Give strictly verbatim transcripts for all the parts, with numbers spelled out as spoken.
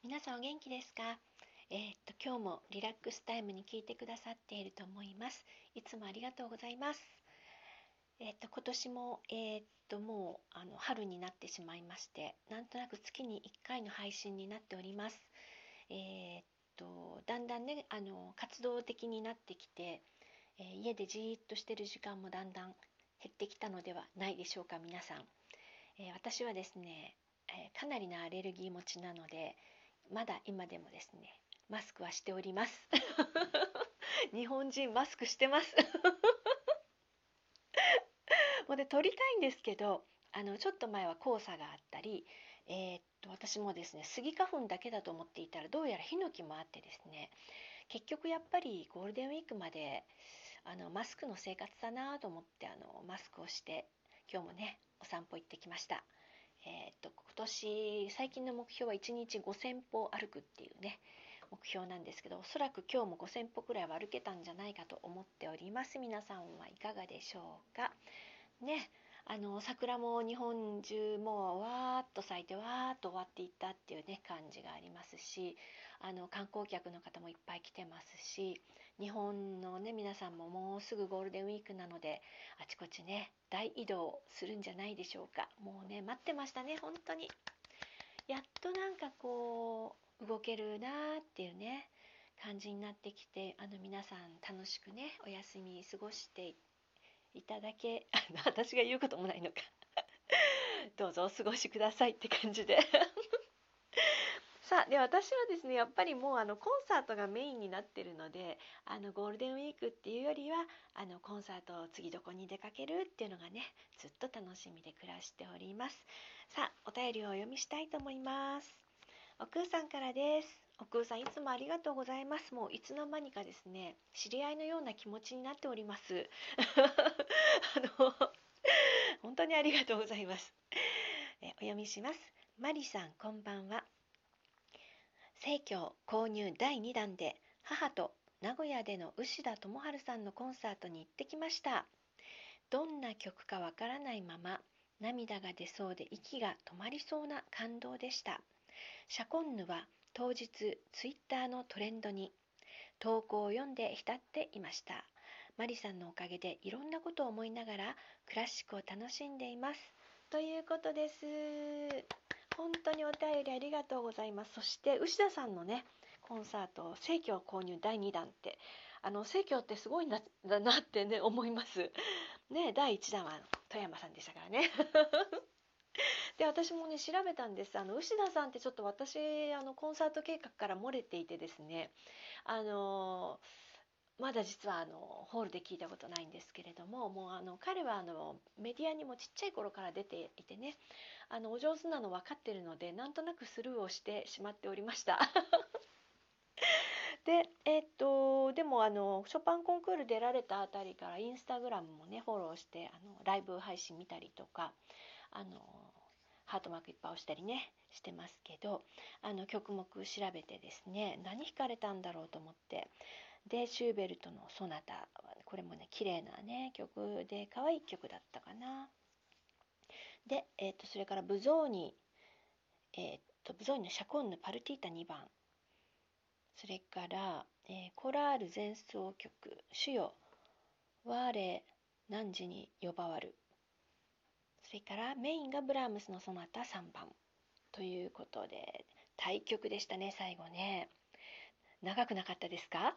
皆さんお元気ですか？えーっと今日もリラックスタイムに聞いてくださっていると思います。いつもありがとうございます。えーっと今年もえーっともうあの春になってしまいまして、なんとなく月にいっかいの配信になっております。えーっとだんだんねあの活動的になってきて、えー家でじーっとしてる時間もだんだん減ってきたのではないでしょうか皆さん。えー私はですね、えーかなりのアレルギー持ちなので、まだ今でもですねマスクはしております日本人マスクしてますもうで取りたいんですけど、あのちょっと前は黄砂があったり、えーっと私もですねスギ花粉だけだと思っていたら、どうやらヒノキもあってですね、結局やっぱりゴールデンウィークまであのマスクの生活だなと思って、あのマスクをして今日もねお散歩行ってきました。えーっと今年最近の目標はいちにちごせんぽ歩くっていうね目標なんですけど、おそらく今日もごせんぽくらいは歩けたんじゃないかと思っております。皆さんはいかがでしょうかね。あの桜も日本中もうわーっと咲いてわーっと終わっていったっていうね感じがありますし、あの観光客の方もいっぱい来てますし、日本のね皆さんももうすぐゴールデンウィークなので、あちこちね大移動するんじゃないでしょうか。もうね待ってましたね本当に。やっとなんかこう動けるなーっていうね感じになってきて、あの皆さん楽しくねお休み過ごしていただけ、あの私が言うこともないのかどうぞお過ごしくださいって感じでさあ、で私はですねやっぱりもうあのコンサートがメインになってるので、あのゴールデンウィークっていうよりはあのコンサートを次どこに出かけるっていうのがねずっと楽しみで暮らしております。さあ、お便りをお読みしたいと思います。おくうさんからです。おくうさん、いつもありがとうございます。もういつの間にかですね知り合いのような気持ちになっておりますあの本当にありがとうございます。えお読みします。マリさん、こんばんは。生協購入だいにだんで母と名古屋での牛田智春さんのコンサートに行ってきました。どんな曲かわからないまま涙が出そうで息が止まりそうな感動でした。シャコンヌは当日ツイッターのトレンドに投稿を読んで浸っていました。マリさんのおかげでいろんなことを思いながらクラシックを楽しんでいます。ということです。本当にお便りありがとうございます。そして牛田さんのねコンサート生協購入だいにだんって、あの生協ってすごいんだなってね思いますね。だいいちだんは富山さんでしたからねで私もね調べたんです。あの牛田さんってちょっと私あのコンサート計画から漏れていてですね、あのまだ実はあのホールで聞いたことないんですけれども、もうあの彼はあのメディアにもちっちゃい頃から出ていてね、あのお上手なの分かってるので、なんとなくスルーをしてしまっておりましたで、えっとでもあのショパンコンクール出られたあたりからインスタグラムもねフォローして、あのライブ配信見たりとか、あのハートマークいっぱい押したりねしてますけど、あの曲目調べてですね、何弾かれたんだろうと思って、でシューベルトのソナタ、これもね綺麗なね曲で可愛い曲だったかな。で、えー、とそれからブゾーニ、えー、とブゾーニのシャコンヌパルティータにばん、それから、えーコラール前奏曲主よ我何時に呼ばわる、それからメインがブラームスのソナタさんばんということで、対局でしたね。最後ね長くなかったですか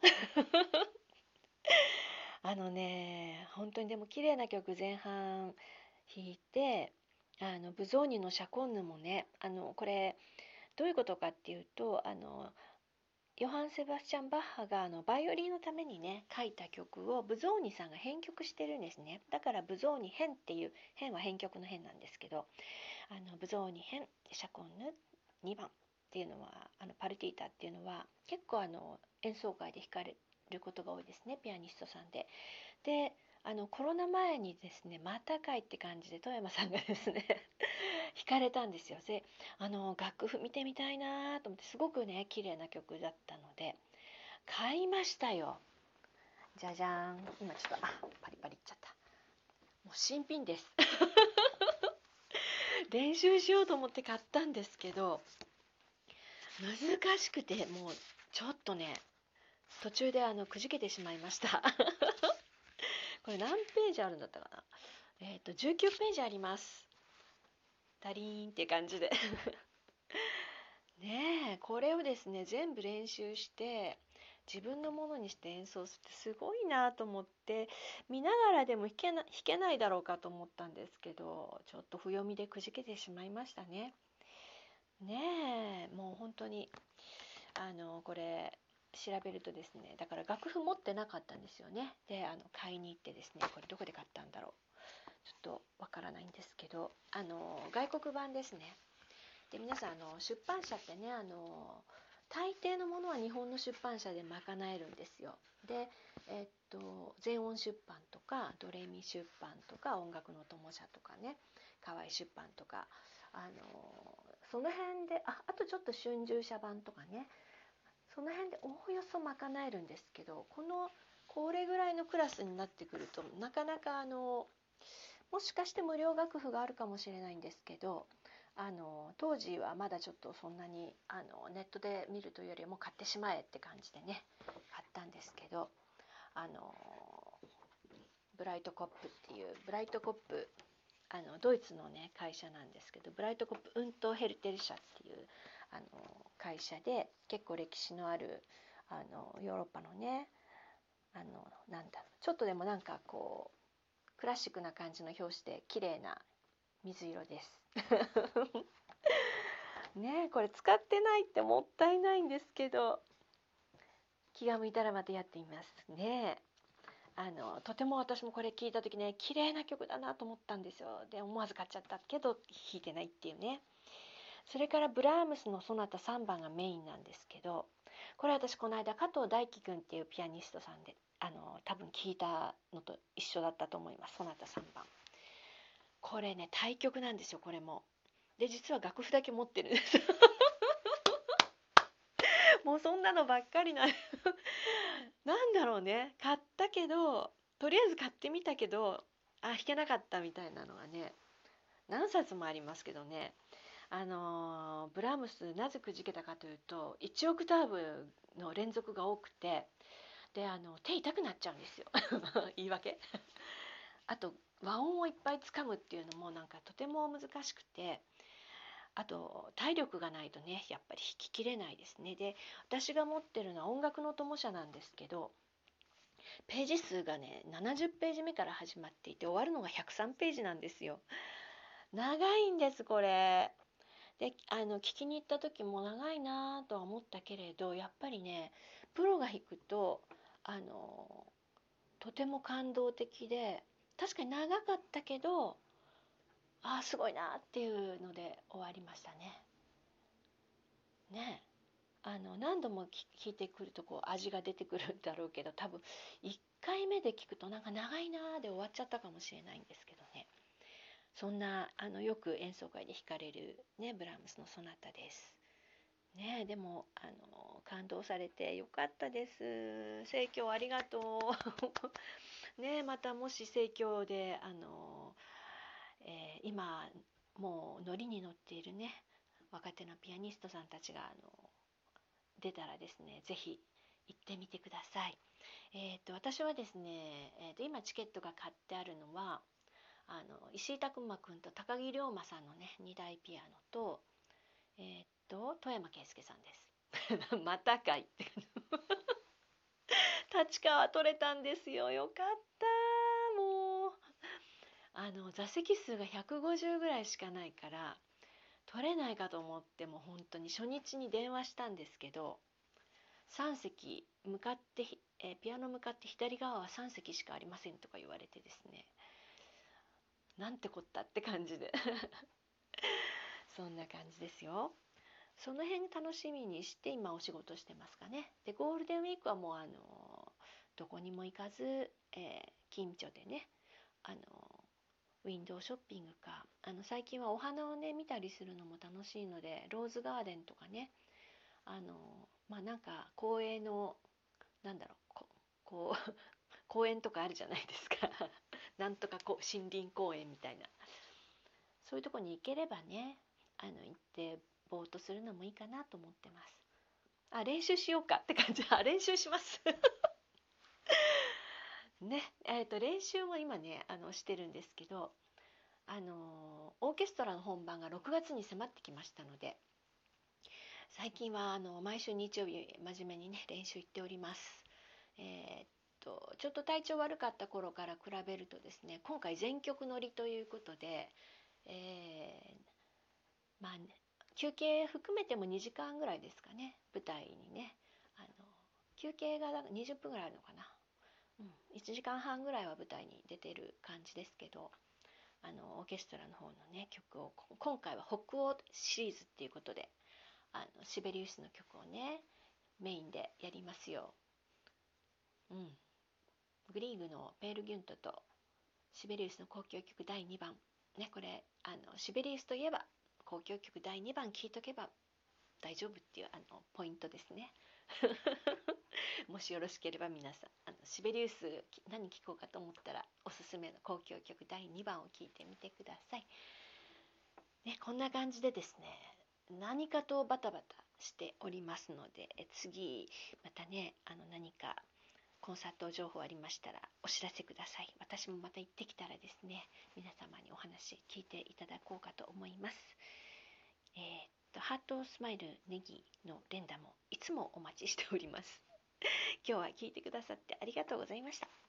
あのね本当にでも綺麗な曲前半弾いて、あのブゾーニのシャコンヌもね、あのこれどういうことかっていうと、あのヨハン・セバスチャン・バッハがあのバイオリンのためにね書いた曲をブゾーニさんが編曲してるんですね。だからブゾーニ編っていう、編は編曲の編なんですけど、あのブゾーニ編シャコンヌにばんっていうのは、あのパルティータっていうのは結構あの演奏会で弾かれることが多いですね、ピアニストさんで。であのコロナ前にですねまたかいって感じで富山さんがですね弾かれたんですよ。であの楽譜見てみたいなと思って、すごくね綺麗な曲だったので買いましたよ。じゃじゃーん、今ちょっとあパリパリいっちゃった。もう新品です練習しようと思って買ったんですけど、 難しくてもうちょっとね途中であのくじけてしまいましたこれ何ページあるんだったかな。えっ、とじゅうきゅうページあります。タリーンって感じでねえ、これをですね全部練習して自分のものにして演奏するってすごいなと思って、見ながらでも弾けな、弾けないだろうかと思ったんですけど、ちょっと不読みでくじけてしまいましたね。ねえ、もう本当にあのこれ調べるとですね、だから楽譜持ってなかったんですよね。で、あの買いに行ってですね、これどこで買ったんだろう、ちょっとわからないんですけど、あの外国版ですね。で、皆さんあの出版社ってね、あの大抵のものは日本の出版社で賄えるんですよ。で、えっと全音出版とかドレミ出版とか音楽の友社とかね、河合出版とか、あのその辺で、ああとちょっと春秋社版とかね、その辺でおおよそ賄えるんですけど、このこれぐらいのクラスになってくるとなかなかあのもしかして無料楽譜があるかもしれないんですけど、あの当時はまだちょっとそんなにあのネットで見るというよりも買ってしまえって感じでね買ったんですけど、あのブライトコップっていうブライトコップ、あのドイツのね会社なんですけど、ブライトコップウントヘルテル社っていうあの会社で、結構歴史のあるあのヨーロッパのね、あのなんだろう、ちょっとでもなんかこうクラシックな感じの表紙で綺麗な水色ですねえ、これ使ってないってもったいないんですけど、気が向いたらまたやってみますね。あのとても私もこれ聞いた時ね、綺麗な曲だなと思ったんですよ。で思わず買っちゃったけど弾いてないっていうね。それからブラームスのソナタさんばんがメインなんですけど、これ私この間加藤大輝くんっていうピアニストさんであの多分聞いたのと一緒だったと思います。ソナタさんばん、これね対曲なんですよ。これもで実は楽譜だけ持ってるんですもうそんなのばっかりななんだろうね、買ったけどとりあえず買ってみたけど、あ弾けなかったみたいなのがね何冊もありますけどね。あのーブラームスなぜくじけたかというといちオクターブの連続が多くて、であの手痛くなっちゃうんですよ言い訳あと和音をいっぱいつかむっていうのもなんかとても難しくて、あと体力がないとねやっぱり弾ききれないですね。で私が持ってるのは音楽の友社なんですけど、ページ数がねななじゅっページ目から始まっていて終わるのがひゃくさんページなんですよ。長いんですこれ。であの聞きに行った時も長いなとは思ったけれど、やっぱりねプロが弾くとあのとても感動的で、確かに長かったけど、ああすごいなっていうので終わりましたね。ねあの何度も聞いてくるとこう味が出てくるんだろうけど、多分いっかいめで聞くとなんか長いなーで終わっちゃったかもしれないんですけどね。そんなあのよく演奏会で弾かれる、ね、ブラームスのソナタです。ね、でもあの感動されてよかったです。盛況ありがとうね、またもし盛況であの、えー今もうノリに乗っているね若手のピアニストさんたちがあの出たらですね、ぜひ行ってみてください。えー、と私はですね、えー、と今チケットが買ってあるのはあの石井拓磨くんと高木龍馬さんのねにだいピアノと、えー、と富山圭介さんですまたかいって立川取れたんですよ。よかったもうあの座席数がひゃくごじゅうぐらいしかないから取れないかと思って、もう本当に初日に電話したんですけど、さん席向かって、えーピアノ向かって左側はさん席しかありませんとか言われてですね、なんてこったって感じでそんな感じですよ。その辺楽しみにして今お仕事してますかね。でゴールデンウィークはもうあのどこにも行かず、えー近所でねあのウィンドウショッピングか、あの最近はお花をね見たりするのも楽しいので、ローズガーデンとかね、あのまあなんか公園のなんだろうここう公園とかあるじゃないですかなんとかこう森林公園みたいな、そういうとこに行ければね、あの行ってぼーっとするのもいいかなと思ってます。あ、練習しようかって感じ。あ、練習しますね。えーと練習も今ねあのしてるんですけど、あのオーケストラの本番がろくがつに迫ってきましたので、最近はあの毎週日曜日真面目にね練習行っております。えーっとちょっと体調悪かった頃から比べるとですね、今回全曲乗りということで、えーまあね、休憩含めてもにじかんぐらいですかね、舞台にね。あの休憩がにじゅっぷんぐらいあるのかな、うん、いちじかんはんぐらいは舞台に出てる感じですけど、あのオーケストラの方のね曲を今回は北欧シリーズっていうことで、あのシベリウスの曲をねメインでやりますよ。うん、グリーグのペールギュントとシベリウスの交響曲だいにばんね、これあのシベリウスといえば交響曲だいにばん聴いとけば大丈夫っていうあのポイントですねもしよろしければ皆さん、あのシベリウス何聴こうかと思ったらおすすめの交響曲だいにばんを聴いてみてください、ね、こんな感じでですね、何かとバタバタしておりますので、え次またねあの何かコンサート情報ありましたらお知らせください。私もまた行ってきたらですね、皆様にお話聞いていただこうかと思います。えー、っとハートスマイルネギの連打もいつもお待ちしております。今日は聞いてくださってありがとうございました。